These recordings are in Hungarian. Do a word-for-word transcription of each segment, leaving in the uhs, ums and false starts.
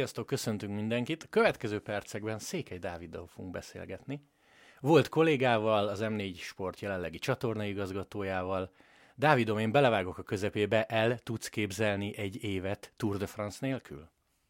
Sziasztok, köszöntünk mindenkit. A következő percekben Székely Dáviddal fogunk beszélgetni. Volt kollégával, az em négy Sport jelenlegi csatornaigazgatójával. Dávidom, én belevágok a közepébe, el tudsz képzelni egy évet Tour de France nélkül?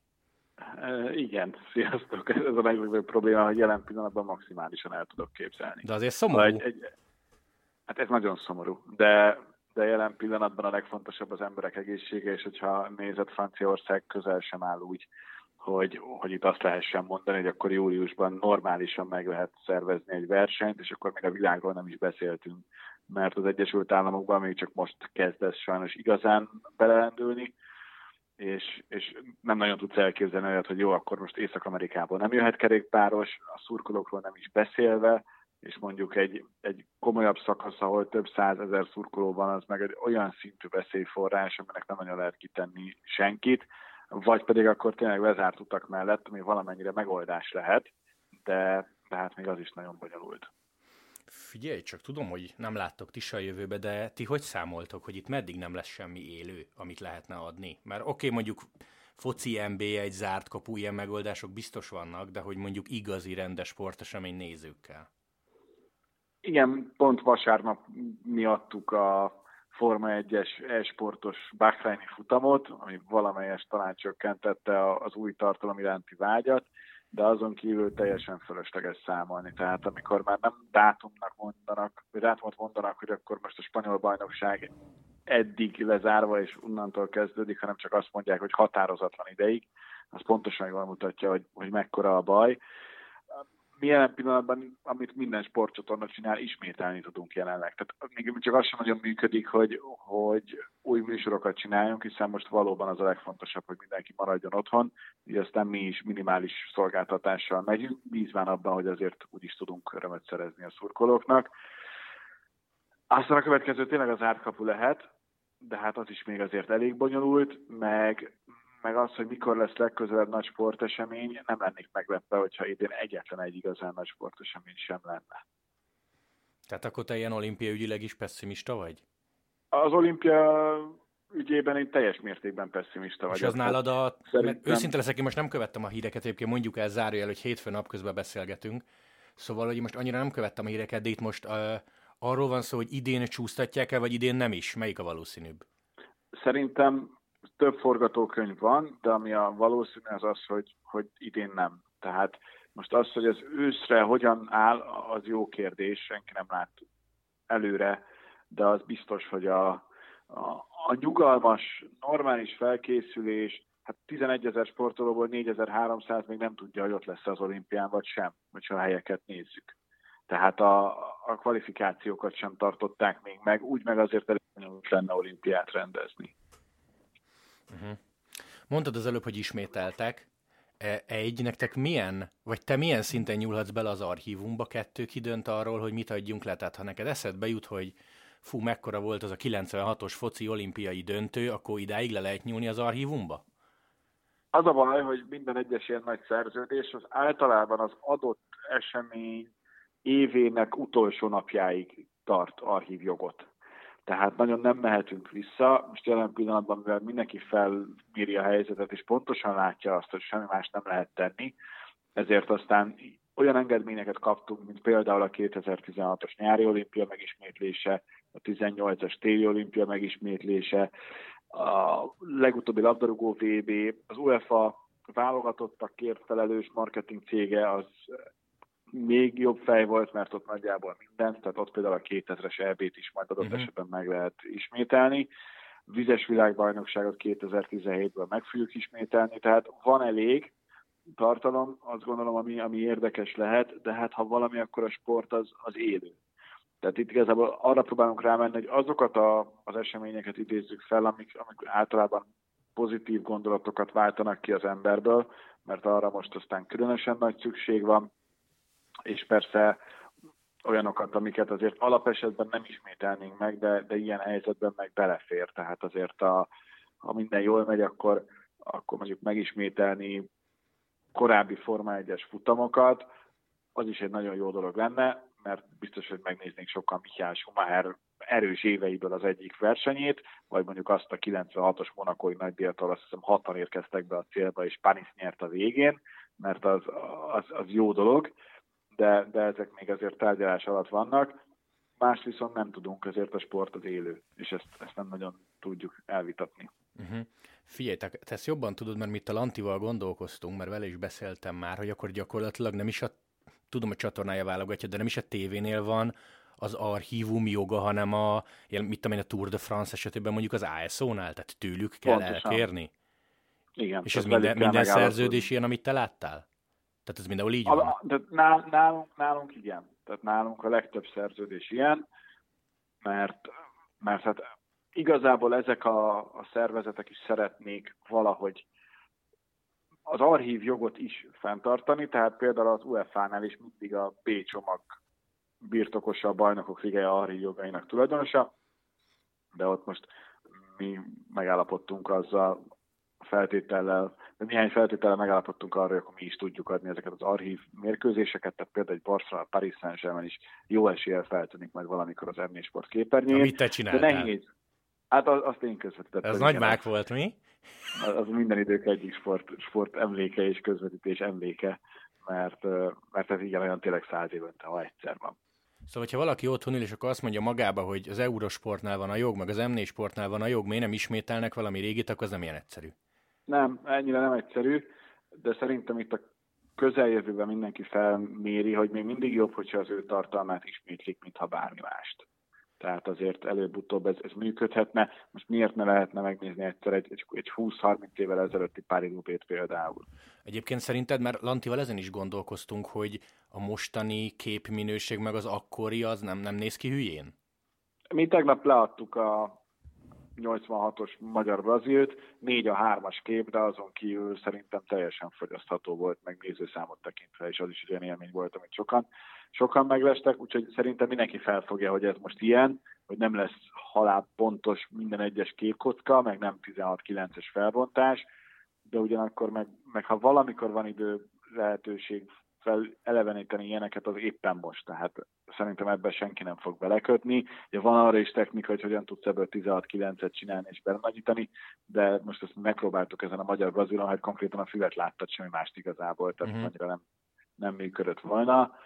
E, igen, sziasztok. Ez a legnagyobb probléma, hogy jelen pillanatban maximálisan el tudok képzelni. De azért szomorú. Egy, egy, hát ez nagyon szomorú, de, de jelen pillanatban a legfontosabb az emberek egészsége, és hogyha nézed, Franciaország közel sem áll úgy, hogy, hogy itt azt lehessen mondani, hogy akkor júliusban normálisan meg lehet szervezni egy versenyt, és akkor még a világról nem is beszéltünk, mert az Egyesült Államokban még csak most kezd ez sajnos igazán belelendülni, és, és nem nagyon tudsz elképzelni olyat, hogy jó, akkor most Észak-Amerikából nem jöhet kerékpáros, a szurkolókról nem is beszélve, és mondjuk egy, egy komolyabb szakasz, ahol több százezer szurkoló van, az meg egy olyan szintű veszélyforrás, aminek nem nagyon lehet kitenni senkit, vagy pedig akkor tényleg lezárt utak mellett, ami valamennyire megoldás lehet, de, de hát még az is nagyon bonyolult. Figyelj, csak tudom, hogy nem láttok ti se a jövőbe, de ti hogy számoltok, hogy itt meddig nem lesz semmi élő, amit lehetne adni? Mert oké, okay, mondjuk foci en bé egy zárt kapu, ilyen megoldások biztos vannak, de hogy mondjuk igazi rendes sportesemény nézőkkel. Igen, pont vasárnap mi adtuk a Forma egyes e-sportos Bahreini futamot, ami valamelyest talán csökkentette az új tartalom iránti vágyat, de azon kívül teljesen fölösleges számolni. Tehát amikor már nem dátumnak mondanak, vagy dátumot mondanak, hogy akkor most a spanyol bajnokság eddig lezárva, és onnantól kezdődik, hanem csak azt mondják, hogy határozatlan ideig, az pontosan jól mutatja, hogy, hogy mekkora a baj. Mi jelen pillanatban, amit minden sportcsatorna csinál, ismételni tudunk jelenleg. Tehát még csak az sem nagyon működik, hogy, hogy új műsorokat csináljunk, hiszen most valóban az a legfontosabb, hogy mindenki maradjon otthon, így aztán mi is minimális szolgáltatással megyünk, bízván abban, hogy azért úgyis tudunk örömet szerezni a szurkolóknak. Aztán a következő tényleg az zárt kapu lehet, de hát az is még azért elég bonyolult, meg... meg az, hogy mikor lesz legközelebb nagy sportesemény, nem lennék meglepve, hogyha idén egyetlen egy igazán nagy sportesemény sem lenne. Tehát akkor te ilyen olimpiai ügyileg is pessimista vagy? Az olimpia ügyében én teljes mértékben pessimista vagyok. És az nálad a... Szerintem... Őszinte leszek, én most nem követtem a híreket, egyébként mondjuk el zárójel, hogy hétfőn napközben beszélgetünk, szóval, hogy most annyira nem követtem a híreket, de itt most uh, arról van szó, hogy idén csúsztatják el, vagy idén nem is. Melyik a valószínűbb? Szerintem több forgatókönyv van, de ami a valószínű az az, hogy, hogy idén nem. Tehát most az, hogy az őszre hogyan áll, az jó kérdés, senki nem lát előre, de az biztos, hogy a, a, a nyugalmas, normális felkészülés, hát tizenegyezer sportolóból négyezer-háromszáz még nem tudja, hogy ott lesz az olimpián, vagy sem, hogyha a helyeket nézzük. Tehát a, a kvalifikációkat sem tartották még meg, úgy meg azért elég lenne olimpiát rendezni. Uh-huh. Mondtad az előbb, hogy ismételtek. Egy, nektek milyen, vagy te milyen szinten nyúlhatsz bele az archívumba, kettő kidönt arról, hogy mit adjunk le? Tehát ha neked eszedbe jut, hogy fú, mekkora volt az a kilencvenhatos foci olimpiai döntő, akkor idáig le lehet nyúlni az archívumba? Az a baj, hogy minden egyes ilyen nagy szerződés az általában az adott esemény évének utolsó napjáig tart archívjogot. Tehát nagyon nem mehetünk vissza. Most jelen pillanatban, mivel mindenki felméri a helyzetet, és pontosan látja azt, hogy semmi más nem lehet tenni, ezért aztán olyan engedményeket kaptunk, mint például a kétezer-tizenhatos nyári olimpia megismétlése, a tizennyolcas téli olimpia megismétlése, a legutóbbi labdarúgó vé bé, az UEFA válogatottakért felelős marketing cége az még jobb fej volt, mert ott nagyjából minden, tehát ott például a kétezres é bét is majd adott uh-huh. esetben meg lehet ismételni. Vizes világbajnokságot kétezer-tizenhétből meg fogjuk ismételni, tehát van elég tartalom, azt gondolom, ami, ami érdekes lehet, de hát ha valami, akkor a sport az, az élő. Tehát itt igazából arra próbálunk rámenni, hogy azokat a, az eseményeket idézzük fel, amik, amik általában pozitív gondolatokat váltanak ki az emberből, mert arra most aztán különösen nagy szükség van, és persze olyanokat, amiket azért alapesetben nem ismételnénk meg, de, de ilyen helyzetben meg belefér. Tehát azért, a, ha minden jól megy, akkor, akkor mondjuk megismételni korábbi Forma egyes futamokat, az is egy nagyon jó dolog lenne, mert biztos, hogy megnéznénk sokkal Michael Schumacher erős éveiből az egyik versenyét, vagy mondjuk azt a kilencvenhatos monakói nagydíjat, azt hiszem hatan érkeztek be a célba, és Panis nyert a végén, mert az, az, az jó dolog, de, de ezek még azért tárgyalás alatt vannak. Más viszont nem tudunk, azért a sport az élő, és ezt, ezt nem nagyon tudjuk elvitatni. Uh-huh. Figyelj, te, te ezt jobban tudod, mert mi itt a Lantival gondolkoztunk, mert vele is beszéltem már, hogy akkor gyakorlatilag nem is a, tudom, a csatornája válogatja, de nem is a tévénél van az archívum joga, hanem a, mit tudom én, a Tour de France esetében mondjuk az á es o-nál, tehát tőlük kell Pontosan. elkérni. Igen. És ez minden, minden szerződés ilyen, amit te láttál? Tehát ez mindenhol így a, van? A, de nálunk, nálunk, nálunk igen. Tehát nálunk a legtöbb szerződés ilyen, mert, mert hát igazából ezek a, a szervezetek is szeretnék valahogy az archív jogot is fenntartani, tehát például az u ef á-nál is mindig a B csomag birtokosa, a bajnokok ligája archív jogainak tulajdonosa, de ott most mi megállapodtunk azzal a feltétellel, de néhány feltétellel megállapodtunk arra, hogy akkor mi is tudjuk adni ezeket az archív mérkőzéseket, tehát például egy Barcelona, Paris Saint-Germain is jó eséllyel feltűnik majd valamikor az em négy Sport képernyőjén. Amit te csináltál? De nehéz. Hát azt én közvetítettem. Ez nagy mák volt, mi? Az minden idők egyik sport, sport emléke és közvetítés emléke, mert, mert ez igen olyan tényleg száz évente, ha egyszer van. Szóval, hogyha valaki otthon ül, és akkor azt mondja magába, hogy az Eurosportnál van a jog, meg az em négy Sportnál van a jog, miért nem ismételnek valami régit, akkor az nem ilyen egyszerű. Nem, ennyire nem egyszerű, de szerintem itt a közeljövőben mindenki felméri, hogy még mindig jobb, hogyha az ő tartalmát ismétlik, mintha bármi mást. Tehát azért előbb-utóbb ez, ez működhetne. Most miért ne lehetne megnézni egyszer egy, egy, egy húsz-harminc évvel ezelőtti Paris-Roubaix például? Egyébként szerinted, mert Lantival ezen is gondolkoztunk, hogy a mostani képminőség meg az akkori az nem, nem néz ki hülyén? Mi tegnap leadtuk a nyolcvanhatos magyar-brazilt, négy a hármas kép, de azon kívül szerintem teljesen fogyasztható volt, meg nézőszámot tekintve, és az is egy olyan élmény volt, amit sokan, sokan meglestek, úgyhogy szerintem mindenki felfogja, hogy ez most ilyen, hogy nem lesz halálpontos minden egyes képkocka, meg nem tizenhat kilences felbontás, de ugyanakkor meg, meg ha valamikor van idő, lehetőség fel eleveníteni ilyeneket, az éppen most. Tehát szerintem ebben senki nem fog belekötni. Ugye van arra is technika, hogy hogyan tudsz ebből tizenhat kilencet csinálni és belenagyítani, de most ezt megpróbáltuk ezen a magyar-brazilon, hát konkrétan a füvet láttad, semmi mást igazából, tehát uh-huh. annyira nem, nem működött volna.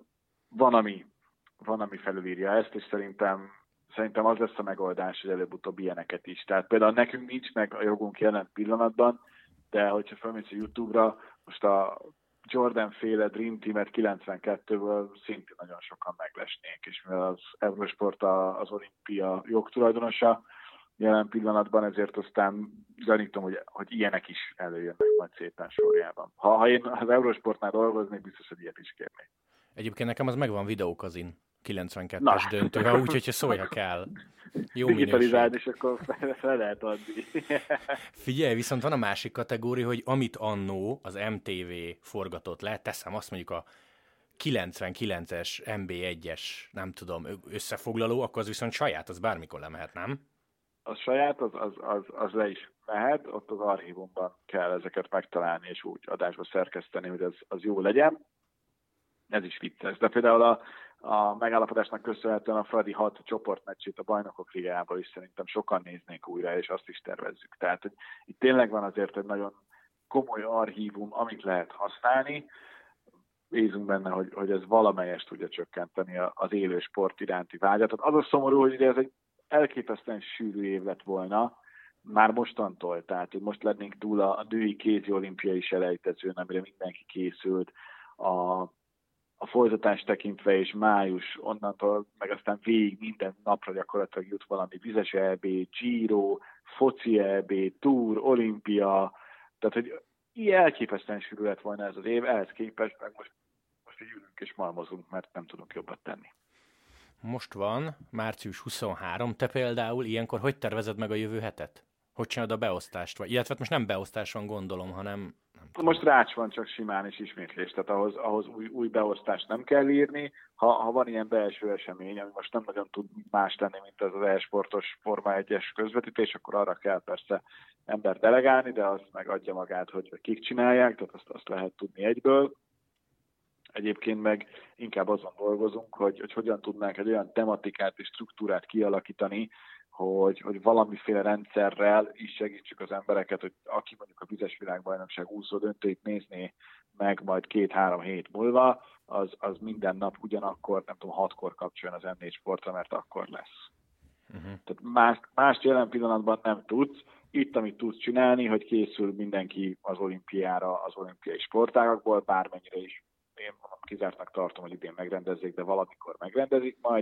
Van, ami, van, ami felülírja ezt, és szerintem, szerintem az lesz a megoldás, hogy előbb-utóbb ilyeneket is. Tehát például nekünk nincs meg a jogunk jelen pillanatban, de hogyha felmész a YouTube-ra, most a Jordan-féle Dream Team-et kilencvenkettőből szintén nagyon sokan meglesnék, és mivel az Eurosport az olimpia jogtulajdonosa jelen pillanatban, ezért aztán gyanítom, hogy, hogy ilyenek is előjönnek majd szépen sorjában. Ha, ha én az Eurosportnál dolgoznék, biztos, hogy ilyet is kérnék. Egyébként nekem az megvan videókazin, kilencvenkettes döntő, ha úgy, hogyha szóljak el. Jó digitalizáld, és akkor fel, fel lehet adni. Figyelj, viszont van a másik kategória, hogy amit annó az em té vé forgatott le, teszem azt mondjuk a kilencvenkilences em bé egyes, nem tudom, összefoglaló, akkor az viszont saját, az bármikor lemehet, nem? Az saját, az, az, az, az le is mehet, ott az archívumban kell ezeket megtalálni, és úgy adásba szerkeszteni, hogy az, az jó legyen. Ez is vicces. De például a A megállapodásnak köszönhetően a Fradi hat csoportmeccsét a Bajnokok Ligájából is szerintem sokan néznék újra, és azt is tervezzük. Tehát, hogy itt tényleg van azért egy nagyon komoly archívum, amit lehet használni. Bízunk benne, hogy, hogy ez valamelyest tudja csökkenteni az élő sport iránti vágyat. Az a szomorú, hogy ugye ez egy elképesztően sűrű év lett volna, már mostantól. Tehát, hogy most lennénk túl a, a női kézi olimpiai selejtezőn, amire mindenki készült, a a folytatást tekintve és május, onnantól meg aztán végig minden napra gyakorlatilag jut valami vizes é bé, Giro, foci é bé, Tour, Olimpia, tehát hogy ilyen elképesztően sűrű lett volna ez az év, ehhez képest meg most, most így ülünk és malmozunk, mert nem tudunk jobbat tenni. Most van március huszonharmadika, te például ilyenkor hogy tervezed meg a jövő hetet? Hogy csinálod a beosztást? Vagy, illetve most nem beosztás van, gondolom, hanem... Most rács van csak simán és ismétlés, tehát ahhoz, ahhoz új, új beosztást nem kell írni. Ha, ha van ilyen belső esemény, ami most nem nagyon tud más lenni, mint ez az e-sportos Forma egyes közvetítés, akkor arra kell persze ember delegálni, de az meg adja magát, hogy kik csinálják, tehát azt, azt lehet tudni egyből. Egyébként meg inkább azon dolgozunk, hogy, hogy hogyan tudnánk egy olyan tematikát és struktúrát kialakítani, hogy, hogy valamiféle rendszerrel is segítsük az embereket, hogy aki mondjuk a vizes világbajnokság úszó döntőit nézné meg majd két-három hét múlva, az, az minden nap ugyanakkor, nem tudom, hatkor kapcsoljon az em négy Sportra, mert akkor lesz. Uh-huh. Tehát más, mást jelen pillanatban nem tudsz. Itt, amit tudsz csinálni, hogy készül mindenki az olimpiára, az olimpiai sportágakból, bármennyire is én kizártnak tartom, hogy idén megrendezzék, de valamikor megrendezik majd,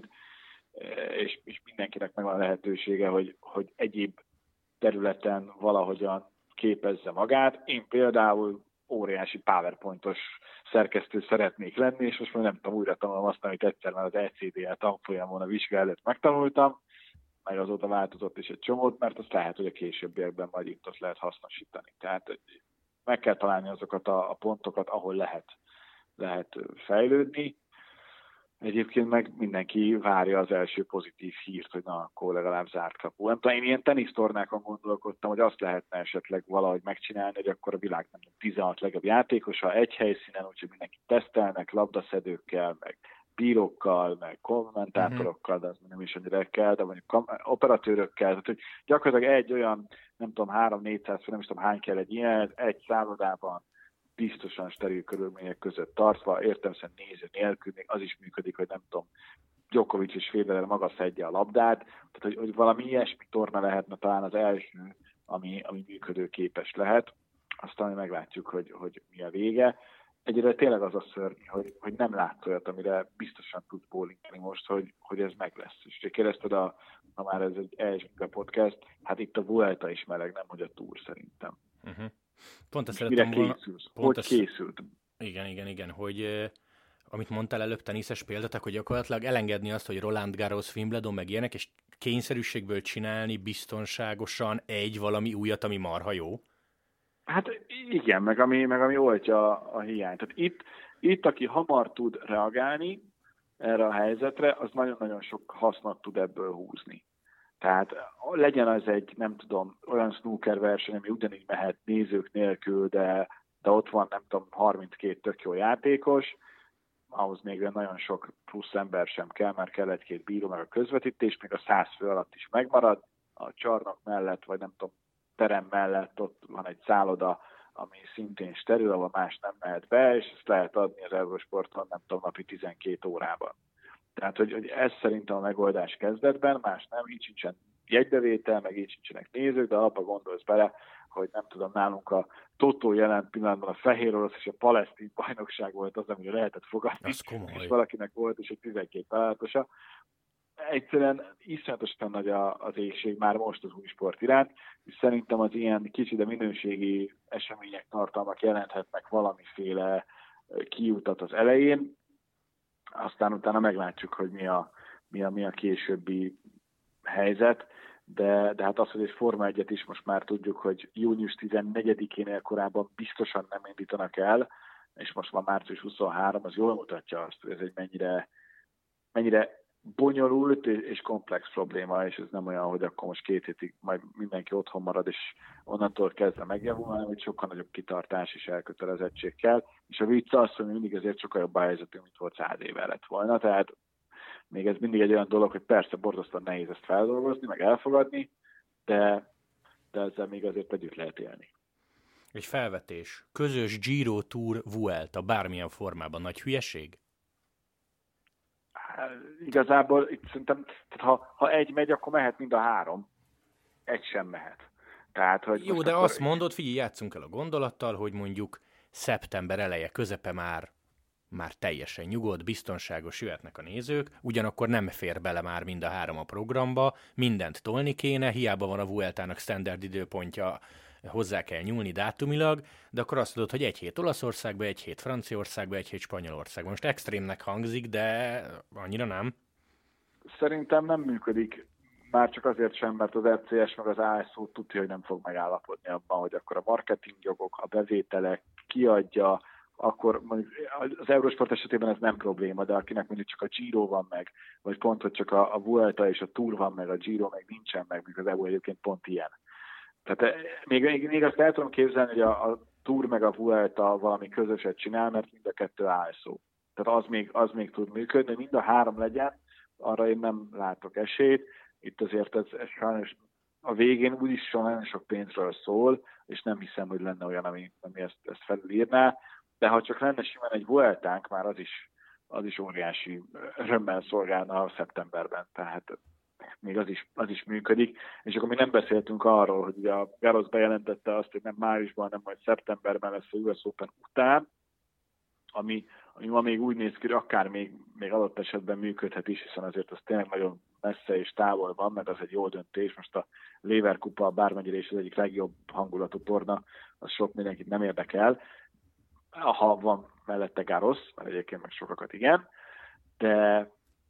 és, és mindenkinek megvan a lehetősége, hogy, hogy egyéb területen valahogyan képezze magát. Én például óriási PowerPointos szerkesztő szeretnék lenni, és most már nem tudom, újra tanulom azt, amit egyszer már az e cé dé el tanfolyamon a vizsga előtt megtanultam, meg azóta változott is egy csomót, mert azt lehet, hogy a későbbiekben majd itt azt lehet hasznosítani. Tehát meg kell találni azokat a, a pontokat, ahol lehet, lehet fejlődni. Egyébként meg mindenki várja az első pozitív hírt, hogy na, akkor legalább zárt kapu. Nem tudom, én ilyen tenisztornákon gondolkodtam, hogy azt lehetne esetleg valahogy megcsinálni, hogy akkor a világ nem tizenhat legjobb játékosa egy helyszínen, úgyhogy mindenki tesztelnek, labdaszedőkkel, meg bírókkal, meg kommentátorokkal, de az nem is annyira kell, de mondjuk operatőrökkel, tehát hogy gyakorlatilag egy olyan, nem tudom, három-négyszáz, nem is tudom hány kell egy ilyen, egy szállodában biztosan steril körülmények között tartva, értelemszerűen néző nélkül, még az is működik, hogy nem tudom, Djokovic és Federer maga szedje a labdát, tehát hogy, hogy valami ilyesmi torna lehetne talán az első, ami, ami működőképes lehet, aztán meglátjuk, hogy, hogy mi a vége. Egyre tényleg az a szörny, hogy, hogy nem látsz olyat, amire biztosan tudsz bólintani most, hogy, hogy ez meg lesz. És te kérdezted, a, ha már ez egy e es bé podcast, hát itt a Vuelta is meleg, nem hogy a Tour szerintem. Uh-huh. Pont ezt szerettem volna... Készülsz? Pont hogy ezt... készült? Igen, igen, igen, hogy eh, amit mondtál előbb teniszes példatok, hogy gyakorlatilag elengedni azt, hogy Roland Garros, Wimbledon meg ilyenek, és kényszerűségből csinálni biztonságosan egy valami újat, ami marha jó. Hát igen, meg ami, meg ami oltja a, a hiányt. Tehát itt, itt, aki hamar tud reagálni erre a helyzetre, az nagyon-nagyon sok hasznot tud ebből húzni. Tehát legyen az egy, nem tudom, olyan snooker verseny, ami ugyanígy mehet nézők nélkül, de, de ott van, nem tudom, harminckét tök jó játékos, ahhoz még nagyon sok plusz ember sem kell, mert kell egy-két bíró, meg a közvetítés, még a száz fő alatt is megmarad, a csarnok mellett, vagy nem tudom, terem mellett ott van egy szálloda, ami szintén steril, ahol más nem mehet be, és ezt lehet adni az Eurosporton, nem tudom, napi tizenkét órában. Tehát, hogy, hogy ez szerintem a megoldás kezdetben, más nem, így sincsen jegybevétel, meg így sincsenek nézők, de abba gondolsz bele, hogy nem tudom, nálunk a Totó jelen pillanatban a fehér orosz és a palesztin bajnokság volt az, amire lehetett fogadni, és valakinek volt is egy tizenkét találatosa. Egyszerűen iszonyatosan nagy az éhség már most az új sport iránt, és szerintem az ilyen kicsi, de minőségi események, tartalmak jelenthetnek valamiféle kiutat az elején, aztán utána meglátjuk, hogy mi a, mi a, mi a későbbi helyzet, de, de hát az, hogy egy Forma egyet is most már tudjuk, hogy június tizennegyedikénél korábban biztosan nem indítanak el, és most van március huszonhárom, az jól mutatja azt, hogy ez egy mennyire, mennyire bonyolult és komplex probléma, és ez nem olyan, hogy akkor most két hétig majd mindenki otthon marad, és onnantól kezdve megjavul, hanem hogy sokkal nagyobb kitartás és elkötelezettség kell. És a vicc az, hogy mindig azért sokkal jobb helyzetünk, mint volt száz éve lett volna. Tehát még ez mindig egy olyan dolog, hogy persze borzasztóan nehéz ezt feldolgozni, meg elfogadni, de, de ezzel még azért együtt lehet élni. Egy felvetés. Közös Giro Tour Vuelta bármilyen formában nagy hülyeség? Igazából itt szerintem, tehát ha, ha egy megy, akkor mehet mind a három. Egy sem mehet. Tehát, hogy jó, de akkor... azt mondod, figyelj, játszunk el a gondolattal, hogy mondjuk szeptember eleje, közepe már, már teljesen nyugodt, biztonságos, jöhetnek a nézők, ugyanakkor nem fér bele már mind a három a programba, mindent tolni kéne, hiába van a Vueltának standard időpontja, hozzá kell nyúlni dátumilag, de akkor azt mondod, hogy egy hét Olaszországba, egy hét Franciaországba, egy hét Spanyolországba. Most extrémnek hangzik, de annyira nem. Szerintem nem működik, már csak azért sem, mert az er cé es meg az á es o tudja, hogy nem fog megállapodni abban, hogy akkor a marketingjogok, a bevételek kiadja, akkor mondjuk az Eurosport esetében ez nem probléma, de akinek mondjuk csak a Giro van meg, vagy pont, hogy csak a, a Vuelta és a Tour van meg, a Giro meg nincsen meg, még az e u egyébként pont ilyen. Tehát még, még, még azt el tudom képzelni, hogy a, a Tour meg a Vuelta valami közöset csinál, mert mind a kettő á es o. Tehát az még, az még tud működni, mind a három legyen, arra én nem látok esélyt. Itt azért ez, ez sajnos a végén úgyis nagyon sok pénzről szól, és nem hiszem, hogy lenne olyan, ami, ami ezt, ezt felülírná. De ha csak lenne simán egy Vueltánk, már az is, az is óriási örömmel szolgálna a szeptemberben. Tehát még az is, az is működik. És akkor mi nem beszéltünk arról, hogy ugye a Garros bejelentette azt, hogy nem májusban, hanem majd szeptemberben lesz a u es Open után, ami, ami ma még úgy néz ki, hogy akár még, még adott esetben működhet is, hiszen azért az tényleg nagyon messze és távol van, meg az egy jó döntés. Most a Lever Kupa bármennyire is az egyik legjobb hangulatú torna, az sok mindenkit nem érdekel. Ha van mellette Garros, mert egyébként meg sokakat igen, de,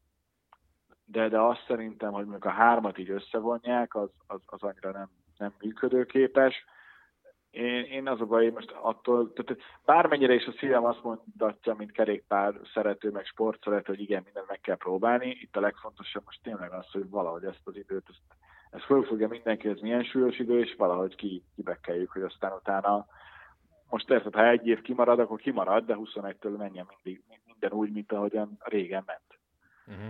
de, de azt szerintem, hogy mondjuk a hármat így összevonják, az, az, az annyira nem, nem működőképes. Én, én az a baj, most attól, tehát bármennyire is a szívem azt mondatja, mint kerékpár szerető, meg sport szerető, hogy igen, mindent meg kell próbálni. Itt a legfontosabb most tényleg az, hogy valahogy ezt az időt, ezt, ezt fölfogja mindenki, ez milyen súlyos idő, és valahogy ki, kibekkeljük, hogy aztán utána most érted, ha egy év kimarad, akkor kimarad, de huszonegytől menjen mindig, minden úgy, mint ahogyan régen ment. Uh-huh.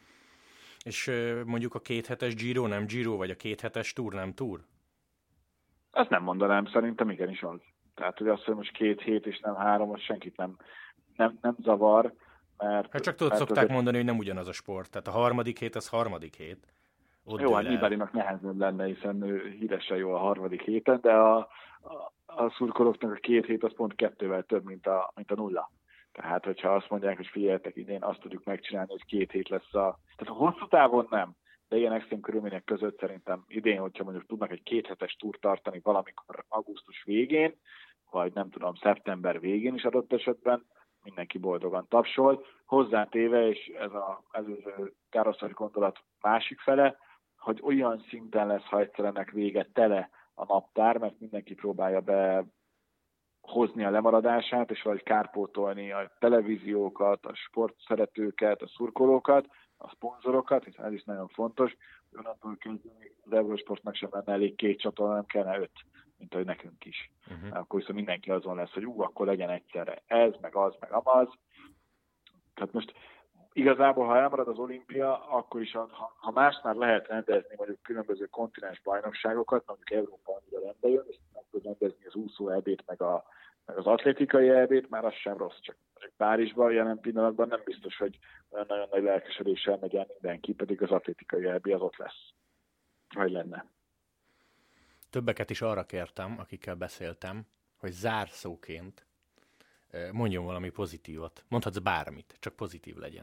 És uh, mondjuk a kéthetes Giro nem Giro, vagy a kéthetes Tour nem Tour? Azt nem mondanám, szerintem igenis az. Tehát, hogy azt, hogy most két hét és nem három, az senkit nem, nem, nem zavar, mert... Hát csak tudod, szokták azért mondani, hogy nem ugyanaz a sport. Tehát a harmadik hét, az harmadik hét. Ott jó, hát Nibalinak nehezebb lenne, hiszen ő híresen jó a harmadik héten, de a, a, a szurkolóknak a két hét az pont kettővel több, mint a, mint a nulla. Tehát, hogyha azt mondják, hogy figyeljetek, idén azt tudjuk megcsinálni, hogy két hét lesz a... Tehát a hosszú távon nem, de ilyen extrém körülmények között szerintem idén, hogyha mondjuk tudnak egy kéthetes túrt tartani valamikor augusztus végén, vagy nem tudom, szeptember végén is adott esetben, mindenki boldogan tapsol. Hozzátéve, és ez az előző Garros-as gondolat másik fele, hogy olyan szinten lesz, ha egyszer ennek vége tele a naptár, mert mindenki próbálja be hozni a lemaradását, és vagy kárpótolni a televíziókat, a sportszeretőket, a szurkolókat, a szponzorokat, hiszen ez is nagyon fontos, hogy onnantól kezdeni az Eurosportnak sem lenne elég két csatorna, nem kellene öt, mint ahogy nekünk is. Uh-huh. Akkor viszont mindenki azon lesz, hogy ú, akkor legyen egyszerre ez, meg az, meg amaz. Tehát most igazából, ha elmarad az olimpia, akkor is, ha, ha más már lehet rendezni mondjuk különböző kontinens bajnokságokat, mondjuk Európa annyira rendbe jön, és nem tud rendezni az úszó é bét, meg, a, meg az atlétikai é bét, már az sem rossz, csak, csak Párizsban jelen pillanatban nem biztos, hogy olyan nagyon nagy lelkesedéssel megy el mindenki, pedig az atlétikai é bé az ott lesz. Vagy lenne. Többeket is arra kértem, akikkel beszéltem, hogy zárszóként mondjon valami pozitívat. Mondhatsz bármit, csak pozitív legyen.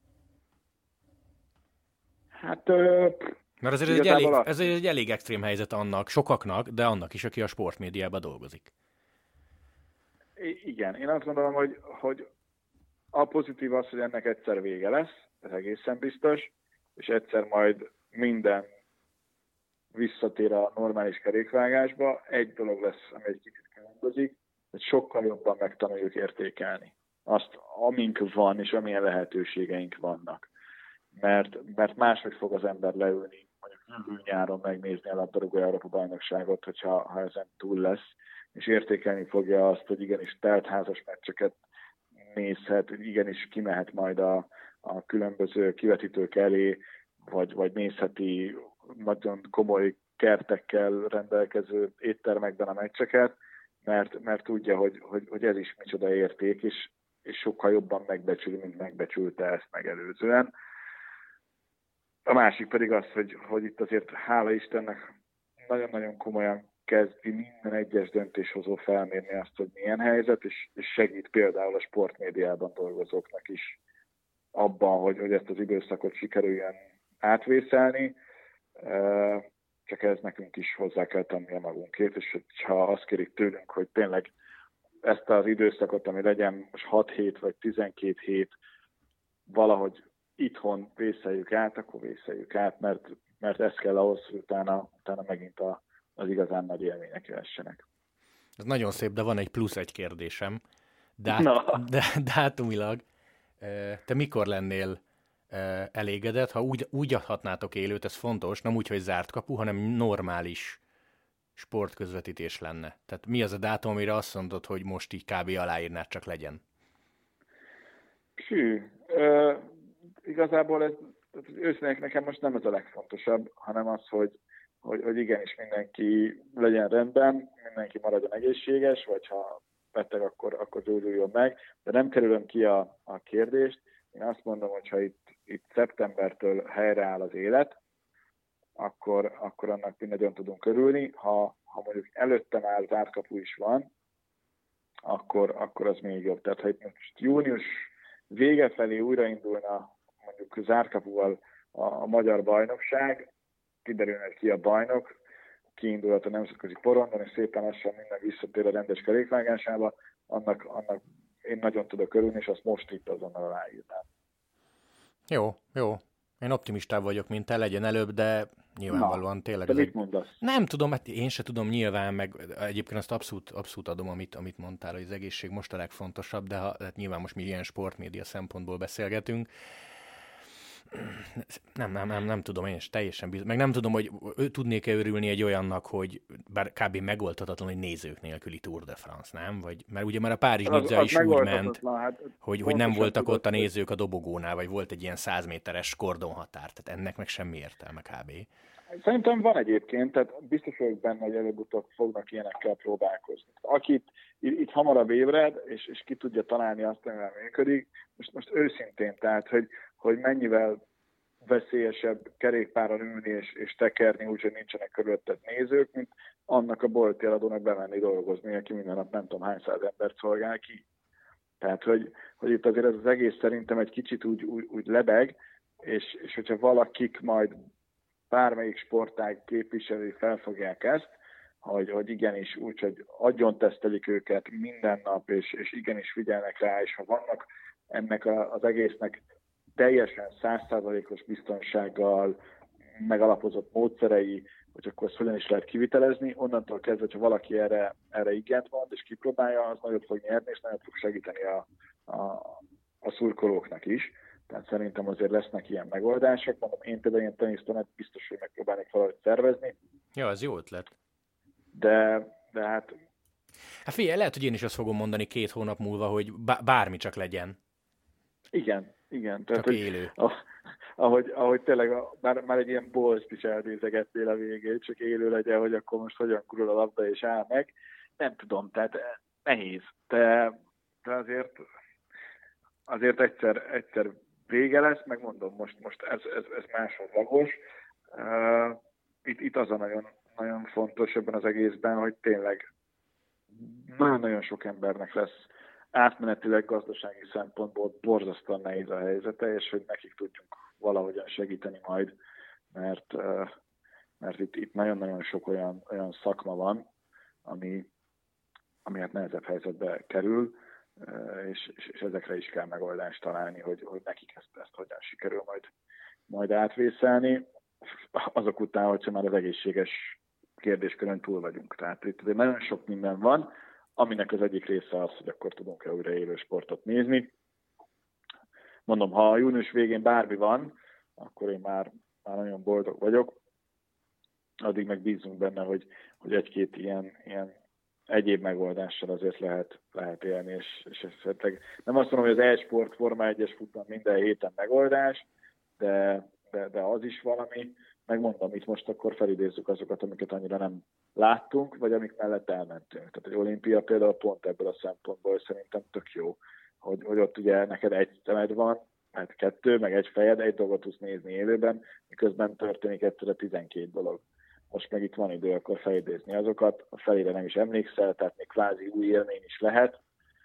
Hát... Ö, Mert azért ez egy, elég, ez egy elég extrém helyzet annak, sokaknak, de annak is, aki a sportmédiában dolgozik. Igen, én azt gondolom, hogy, hogy a pozitív az, hogy ennek egyszer vége lesz, ez egészen biztos, és egyszer majd minden visszatér a normális kerékvágásba. Egy dolog lesz, ami egy kicsit különbözik, hogy sokkal jobban megtanuljuk értékelni azt, amink van, és amilyen lehetőségeink vannak. Mert, mert máshogy fog az ember leülni, mondjuk jövő nyáron megnézni a labdarúgó Európa-bajnokságot, hogyha ha ezen túl lesz, és értékelni fogja azt, hogy igenis teltházas meccseket nézhet, hogy igenis kimehet majd a, a különböző kivetítők elé, vagy, vagy nézheti nagyon komoly kertekkel rendelkező éttermekben a meccseket, mert, mert tudja, hogy, hogy, hogy ez is micsoda érték, és, és sokkal jobban megbecsül, mint megbecsülte ezt megelőzően. A másik pedig az, hogy, hogy itt azért hála Istennek nagyon-nagyon komolyan kezdi minden egyes döntéshozó felmérni azt, hogy milyen helyzet, és, és segít például a sportmédiában dolgozóknak is abban, hogy, hogy ezt az időszakot sikerüljen átvészelni. Csak ez nekünk is hozzá kell tenni a magunkét, és ha azt kérik tőlünk, hogy tényleg ezt az időszakot, ami legyen most hat hét vagy tizenkét hét, valahogy itthon vészeljük át, akkor vészeljük át, mert, mert ez kell ahhoz, hogy utána, utána megint a, az igazán nagy élmények jöhessenek. Ez nagyon szép, de van egy plusz egy kérdésem. Dát, no. de, dátumilag, te mikor lennél elégedett, ha úgy, úgy adhatnátok élőt, ez fontos, nem úgy, hogy zárt kapu, hanem normális sportközvetítés lenne. Tehát mi az a dátum, amire azt mondod, hogy most így kb. Aláírnád, csak legyen? Fű, ö, igazából ez, őszintén nekem most nem ez a legfontosabb, hanem az, hogy, hogy, hogy igenis mindenki legyen rendben, mindenki maradjon egészséges, vagy ha beteg, akkor, akkor gyógyuljon meg, de nem kerülöm ki a, a kérdést. Én azt mondom, hogy ha itt, itt szeptembertől helyreáll az élet, akkor, akkor annak mi nagyon tudunk örülni. Ha, ha mondjuk előtte már zárkapu is van, akkor, akkor az még jobb. Tehát ha itt most június vége felé újraindulna mondjuk zárkapuval a, a magyar bajnokság, kiderülne, hogy ki a bajnok, kiindulhat a nemzetközi porondon, és szépen lassan minden visszatér a rendes kerékvágásába, annak, annak én nagyon tudok örülni, és azt most itt azonnal aláírnám. Jó, jó. Én optimistább vagyok, mint te, legyen előbb, de nyilvánvalóan Na, tényleg... De mit egy... mondasz? Nem tudom, hát én se tudom nyilván, meg egyébként azt abszolút, abszolút adom, amit, amit mondtál, hogy az egészség most a legfontosabb, de ha, hát nyilván most mi ilyen sportmédia szempontból beszélgetünk. Nem, nem, nem, nem tudom, én is teljesen biztos. Meg nem tudom, hogy tudnék-e örülni egy olyannak, hogy bár kb. Megoldhatatlan, hogy nézők nélküli Tour de France, nem? Vagy, mert ugye már a Párizs-Nice is úgy ment, hát, hogy, hogy nem voltak ott a nézők a dobogónál, vagy volt egy ilyen száz méteres kordonhatár, tehát ennek meg semmi értelme kb. Szerintem van egyébként, tehát biztos vagyok benne, hogy előbb-utóbb fognak ilyenekkel próbálkozni. Akit itt, itt hamarabb ébred, és, és ki tudja találni azt, amivel működik, most, most őszintén, tehát, hogy, hogy mennyivel veszélyesebb kerékpáron ülni és, és tekerni, úgyhogy nincsenek körülötted nézők, mint annak a bolti eladónak bemenni dolgozni, aki minden nap nem tudom hány száz embert szolgál ki. Tehát, hogy, hogy itt azért ez az egész szerintem egy kicsit úgy, úgy, úgy lebeg, és, és hogyha valakik majd bármelyik sportág képviselői felfogják ezt, hogy, hogy igenis úgy, hogy agyon tesztelik őket minden nap, és, és igenis figyelnek rá, és ha vannak ennek a, az egésznek teljesen száz százalékos biztonsággal megalapozott módszerei, hogy akkor ezt hogyan is lehet kivitelezni, onnantól kezdve, hogyha valaki erre, erre igent mond, és kipróbálja, az nagyot fog nyerni, és nagyot fog segíteni a, a, a szurkolóknak is. Tehát szerintem azért lesznek ilyen megoldások. Mondom, én például ilyen tenisztonet biztos, hogy megpróbálnék valahogy szervezni. Ja, az jó ötlet. De, de hát... Hát figyelj, lehet, hogy én is azt fogom mondani két hónap múlva, hogy bármi csak legyen. Igen, igen. Tehát, csak élő. A, ahogy, ahogy tényleg a, már, már egy ilyen bolzt is elnézegettél a végén, csak élő legyen, hogy akkor most hogyan kurul a labda és áll meg. Nem tudom, tehát nehéz. De, de azért, azért egyszer, egyszer vége lesz, megmondom, most, most ez, ez, ez másodlagos. Uh, itt, itt az a nagyon, nagyon fontos ebben az egészben, hogy tényleg nagyon-nagyon sok embernek lesz átmenetileg gazdasági szempontból borzasztóan nehéz a helyzete, és hogy nekik tudjunk valahogyan segíteni majd, mert, uh, mert itt, itt nagyon-nagyon sok olyan, olyan szakma van, ami, ami hát nehezebb helyzetbe kerül, És, és, és ezekre is kell megoldást találni, hogy, hogy nekik ezt, ezt hogyan sikerül majd, majd átvészelni, azok után, hogyha már az egészséges kérdéskörön túl vagyunk. Tehát itt nagyon sok minden van, aminek az egyik része az, hogy akkor tudunk-e újra élő sportot nézni. Mondom, ha a június végén bármi van, akkor én már, már nagyon boldog vagyok. Addig meg bízunk benne, hogy, hogy egy-két ilyen, ilyen egyéb megoldással azért lehet, lehet élni, és, és esetleg nem azt mondom, hogy az e-sport Forma egyes futam minden héten megoldás, de, de, de az is valami. Megmondom, itt most akkor felidézzük azokat, amiket annyira nem láttunk, vagy amik mellett elmentünk. Tehát egy olimpia például pont ebből a szempontból szerintem tök jó, hogy, hogy ott ugye neked egy szemed van, hát kettő, meg egy fejed, egy dolgot tudsz nézni élőben, miközben történik egyszerre tizenkét dolog. Most meg itt van idő, akkor felidézni azokat, a felére nem is emlékszel, tehát még kvázi új élmény is lehet.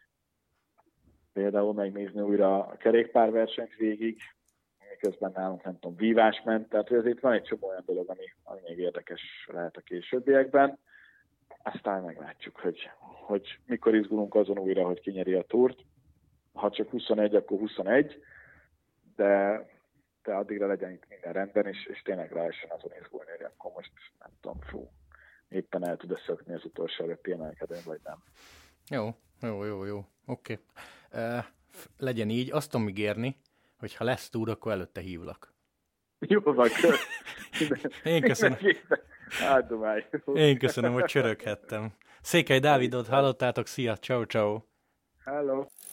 Például megnézni újra a kerékpárversenyt végig, miközben nálunk nem tudom, vívás ment, tehát ezért van egy csomó olyan dolog, ami, ami még érdekes lehet a későbbiekben. Aztán meglátjuk, hogy, hogy mikor izgulunk azon újra, hogy kinyeri a túrt. Ha csak huszonegy, akkor huszonegy, de, de addigra legyen itt minden rendben, és, és tényleg lehessen azon izgulni, hogy akkor most nem tudom, fú, éppen el tud-e szökni az utolsó előtti emelkedőn, vagy nem. Jó, jó, jó, jó. Oké. Okay. Uh, legyen így. Azt tudom ígérni, hogy ha lesz túr, akkor előtte hívlak. Jó van, Én köszönöm. Én köszönöm, hogy csöröghettem. Székely Dávidot hallottátok, szia, ciao, ciao. Hello.